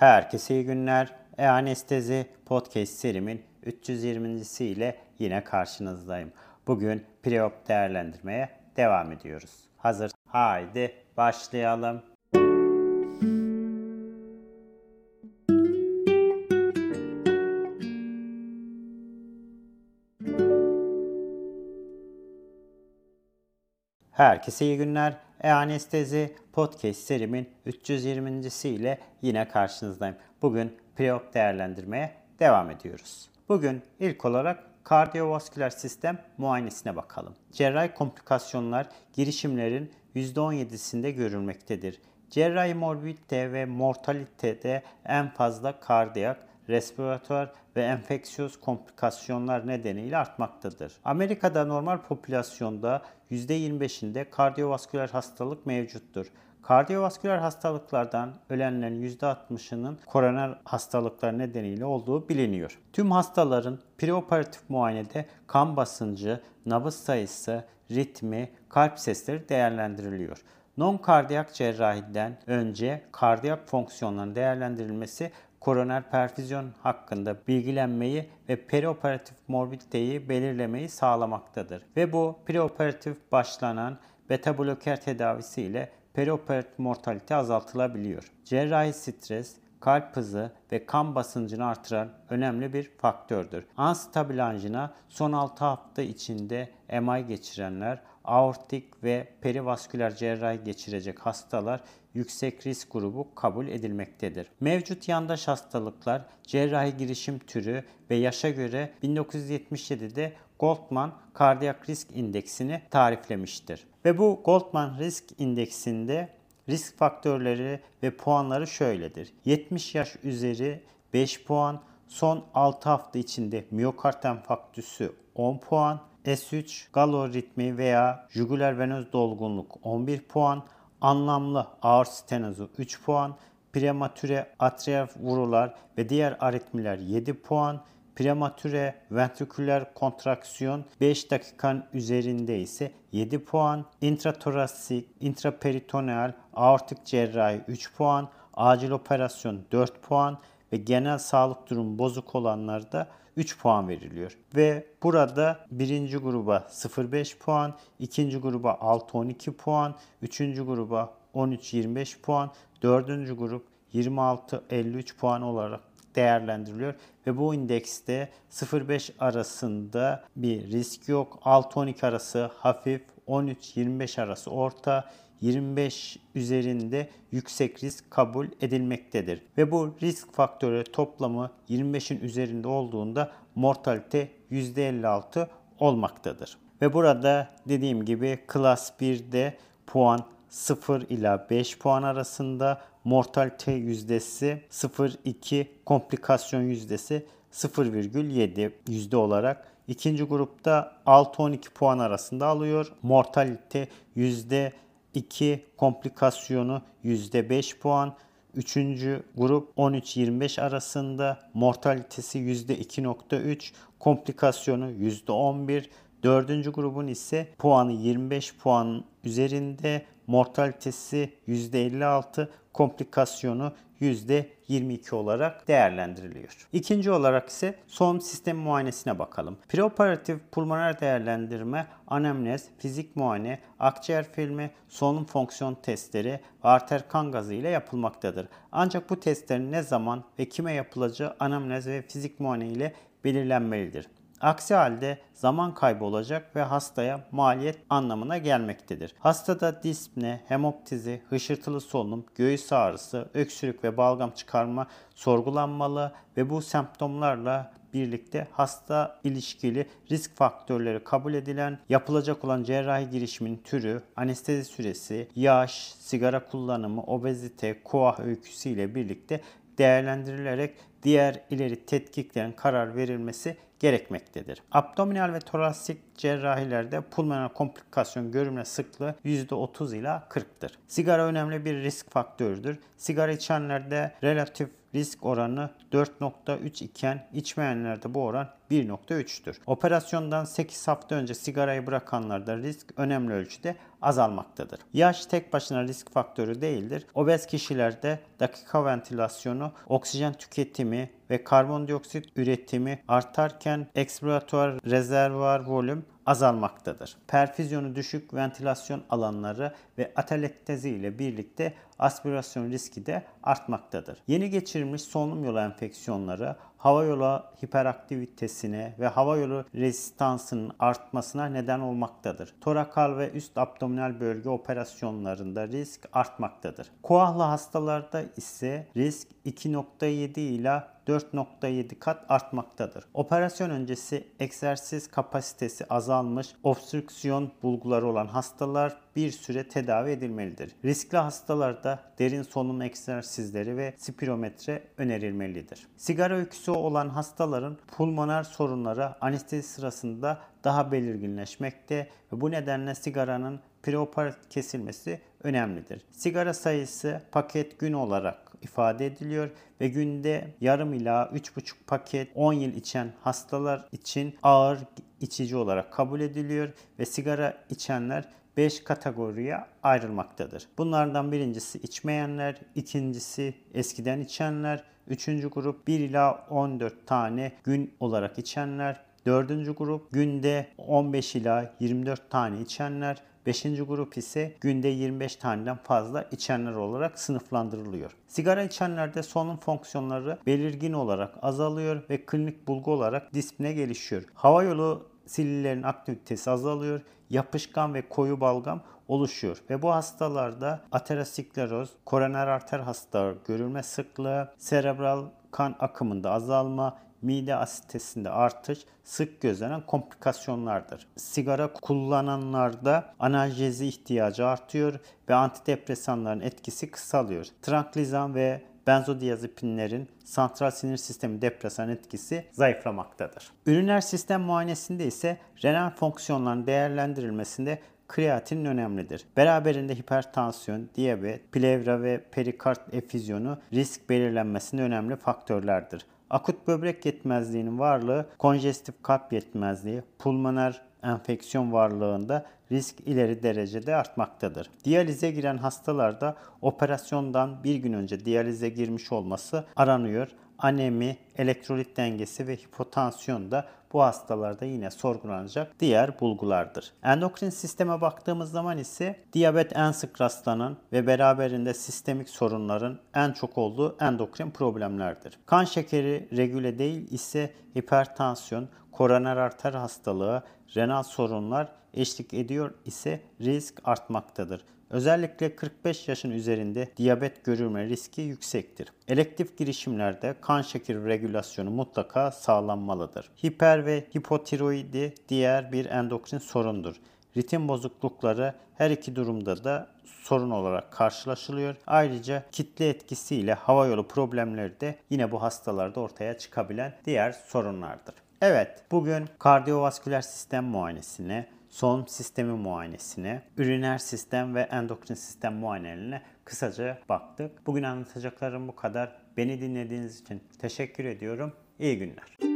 Herkese iyi günler. E-Anestezi Podcast serimin 320.si ile yine karşınızdayım. Bugün preop değerlendirmeye devam ediyoruz. Hazır. Haydi başlayalım. Herkese iyi günler. E-Anestezi Podcast serimin 320.si ile yine karşınızdayım. Bugün preop değerlendirmeye devam ediyoruz. Bugün ilk olarak kardiyovasküler sistem muayenesine bakalım. Cerrahi komplikasyonlar girişimlerin %17'sinde görülmektedir. Cerrahi morbidite ve mortalitede en fazla kardiyak, respiratuar ve enfeksiyöz komplikasyonlar nedeniyle artmaktadır. Amerika'da normal popülasyonda %25'inde kardiyovasküler hastalık mevcuttur. Kardiyovasküler hastalıklardan ölenlerin %60'ının koroner hastalıklar nedeniyle olduğu biliniyor. Tüm hastaların preoperatif muayenede kan basıncı, nabız sayısı, ritmi, kalp sesleri değerlendiriliyor. Non-kardiyak cerrahiden önce kardiyak fonksiyonların değerlendirilmesi koroner perfüzyon hakkında bilgilenmeyi ve perioperatif morbiditeyi belirlemeyi sağlamaktadır. Ve bu preoperatif başlanan beta bloker tedavisi ile perioperatif mortalite azaltılabiliyor. Cerrahi stres, kalp hızı ve kan basıncını artıran önemli bir faktördür. Anstabil anjina son 6 hafta içinde MI geçirenler, aortik ve perivasküler cerrahi geçirecek hastalar yüksek risk grubu kabul edilmektedir. Mevcut yandaş hastalıklar, cerrahi girişim türü ve yaşa göre 1977'de Goldman Kardiyak Risk İndeksini tariflemiştir. Ve bu Goldman Risk İndeksinde risk faktörleri ve puanları şöyledir. 70 yaş üzeri 5 puan, son 6 hafta içinde miyokard enfarktüsü 10 puan, S3 galo ritmi veya jugüler venöz dolgunluk 11 puan, anlamlı aort stenozu 3 puan, prematüre atrial vurular ve diğer aritmiler 7 puan, prematüre ventriküler kontraksiyon 5 dakikanın üzerinde ise 7 puan, intratorasik, intraperitoneal aortik cerrahi 3 puan, acil operasyon 4 puan ve genel sağlık durumu bozuk olanlarda 3 puan veriliyor. Ve burada birinci gruba 0,5 puan, ikinci gruba 6-12 puan, üçüncü gruba 13-25 puan, dördüncü grup 26-53 puan olarak değerlendiriliyor. Ve bu indekste 0-5 arasında bir risk yok. 6-12 arası hafif, 13-25 arası orta, 25 üzerinde yüksek risk kabul edilmektedir. Ve bu risk faktörü toplamı 25'in üzerinde olduğunda mortalite %56 olmaktadır. Ve burada dediğim gibi klas 1'de puan 0 ila 5 puan arasında, mortalite yüzdesi 0,2, komplikasyon yüzdesi 0,7 yüzde olarak. İkinci grupta 6-12 puan arasında alıyor. Mortalite %2, komplikasyonu %5 puan. Üçüncü grup 13-25 arasında, mortalitesi %2,3, komplikasyonu %11. Dördüncü grubun ise puanı 25 puan üzerinde, mortalitesi %56, komplikasyonu %22 olarak değerlendiriliyor. İkinci olarak ise solunum sistemi muayenesine bakalım. Preoperatif pulmoner değerlendirme, anemnez, fizik muayene, akciğer filmi, solunum fonksiyon testleri ve arter kan gazı ile yapılmaktadır. Ancak bu testlerin ne zaman ve kime yapılacağı anemnez ve fizik muayene ile belirlenmelidir. Aksi halde zaman kaybı olacak ve hastaya maliyet anlamına gelmektedir. Hastada dispne, hemoptizi, hışırtılı solunum, göğüs ağrısı, öksürük ve balgam çıkarma sorgulanmalı ve bu semptomlarla birlikte hasta ilişkili risk faktörleri kabul edilen, yapılacak olan cerrahi girişimin türü, anestezi süresi, yaş, sigara kullanımı, obezite, koah öyküsü ile birlikte değerlendirilerek diğer ileri tetkiklerin karar verilmesi gerekmektedir. Abdominal ve torasik cerrahilerde pulmoner komplikasyon görülme sıklığı %30 ila 40'tır. Sigara önemli bir risk faktörüdür. Sigara içenlerde relatif risk oranı 4,3 iken içmeyenlerde bu oran 1,3'tür. Operasyondan 8 hafta önce sigarayı bırakanlarda risk önemli ölçüde azalmaktadır. Yaş tek başına risk faktörü değildir. Obez kişilerde dakika ventilasyonu, oksijen tüketimi ve karbondioksit üretimi artarken ekspiratuar rezervuar volüm azalmaktadır. Perfüzyonu düşük ventilasyon alanları ve atelektezi ile birlikte aspirasyon riski de artmaktadır. Yeni geçirilmiş solunum yolu enfeksiyonları hava yolu hiperaktivitesine ve hava yolu rezistansının artmasına neden olmaktadır. Torakal ve üst abdominal bölge operasyonlarında risk artmaktadır. Koahlı hastalarda ise risk 2,7 ila 4,7 kat artmaktadır. Operasyon öncesi egzersiz kapasitesi azalmış, obstrüksiyon bulguları olan hastalar bir süre tedavi edilmelidir. Riskli hastalarda derin solunum egzersizleri ve spirometre önerilmelidir. Sigara öyküsü olan hastaların pulmoner sorunları anestezi sırasında daha belirginleşmekte ve bu nedenle sigaranın preoperatif kesilmesi önemlidir. Sigara sayısı paket gün olarak ifade ediliyor ve günde yarım ila 3,5 paket 10 yıl içen hastalar için ağır içici olarak kabul ediliyor ve sigara içenler 5 kategoriye ayrılmaktadır. Bunlardan birincisi içmeyenler, ikincisi eskiden içenler, üçüncü grup 1 ila 14 tane gün olarak içenler, dördüncü grup günde 15 ila 24 tane içenler, 5. grup ise günde 25 taneden fazla içenler olarak sınıflandırılıyor. Sigara içenlerde solunum fonksiyonları belirgin olarak azalıyor ve klinik bulgu olarak dispne gelişiyor. Hava yolu sililerin aktivitesi azalıyor, yapışkan ve koyu balgam oluşuyor ve bu hastalarda ateroskleroz, koroner arter hastalığı görülme sıklığı, serebral kan akımında azalma, mide asitesinde artış sık gözlenen komplikasyonlardır. Sigara kullananlarda analjezi ihtiyacı artıyor ve antidepresanların etkisi kısalıyor. Tranklizan ve benzodiazepinlerin santral sinir sistemi depresan etkisi zayıflamaktadır. Üriner sistem muayenesinde ise renal fonksiyonların değerlendirilmesinde kreatinin önemlidir. Beraberinde hipertansiyon, diyabet, plevra ve perikard efüzyonu risk belirlenmesinde önemli faktörlerdir. Akut böbrek yetmezliğinin varlığı, konjestif kalp yetmezliği, pulmoner enfeksiyon varlığında risk ileri derecede artmaktadır. Diyalize giren hastalarda operasyondan bir gün önce diyalize girmiş olması aranıyor. Anemi, elektrolit dengesi ve hipotansiyon da bu hastalarda yine sorgulanacak diğer bulgulardır. Endokrin sisteme baktığımız zaman ise diyabet en sık rastlanan ve beraberinde sistemik sorunların en çok olduğu endokrin problemlerdir. Kan şekeri regüle değil ise hipertansiyon, koroner arter hastalığı, renal sorunlar eşlik ediyor ise risk artmaktadır. Özellikle 45 yaşın üzerinde diyabet görülme riski yüksektir. Elektif girişimlerde kan şekeri regülasyonu mutlaka sağlanmalıdır. Hiper ve hipotiroidi diğer bir endokrin sorundur. Ritim bozuklukları her iki durumda da sorun olarak karşılaşılıyor. Ayrıca kitle etkisiyle havayolu problemleri de yine bu hastalarda ortaya çıkabilen diğer sorunlardır. Evet, bugün kardiyovasküler sistem muayenesine, solunum sistemi muayenesine, üriner sistem ve endokrin sistem muayenelerine kısaca baktık. Bugün anlatacaklarım bu kadar. Beni dinlediğiniz için teşekkür ediyorum. İyi günler.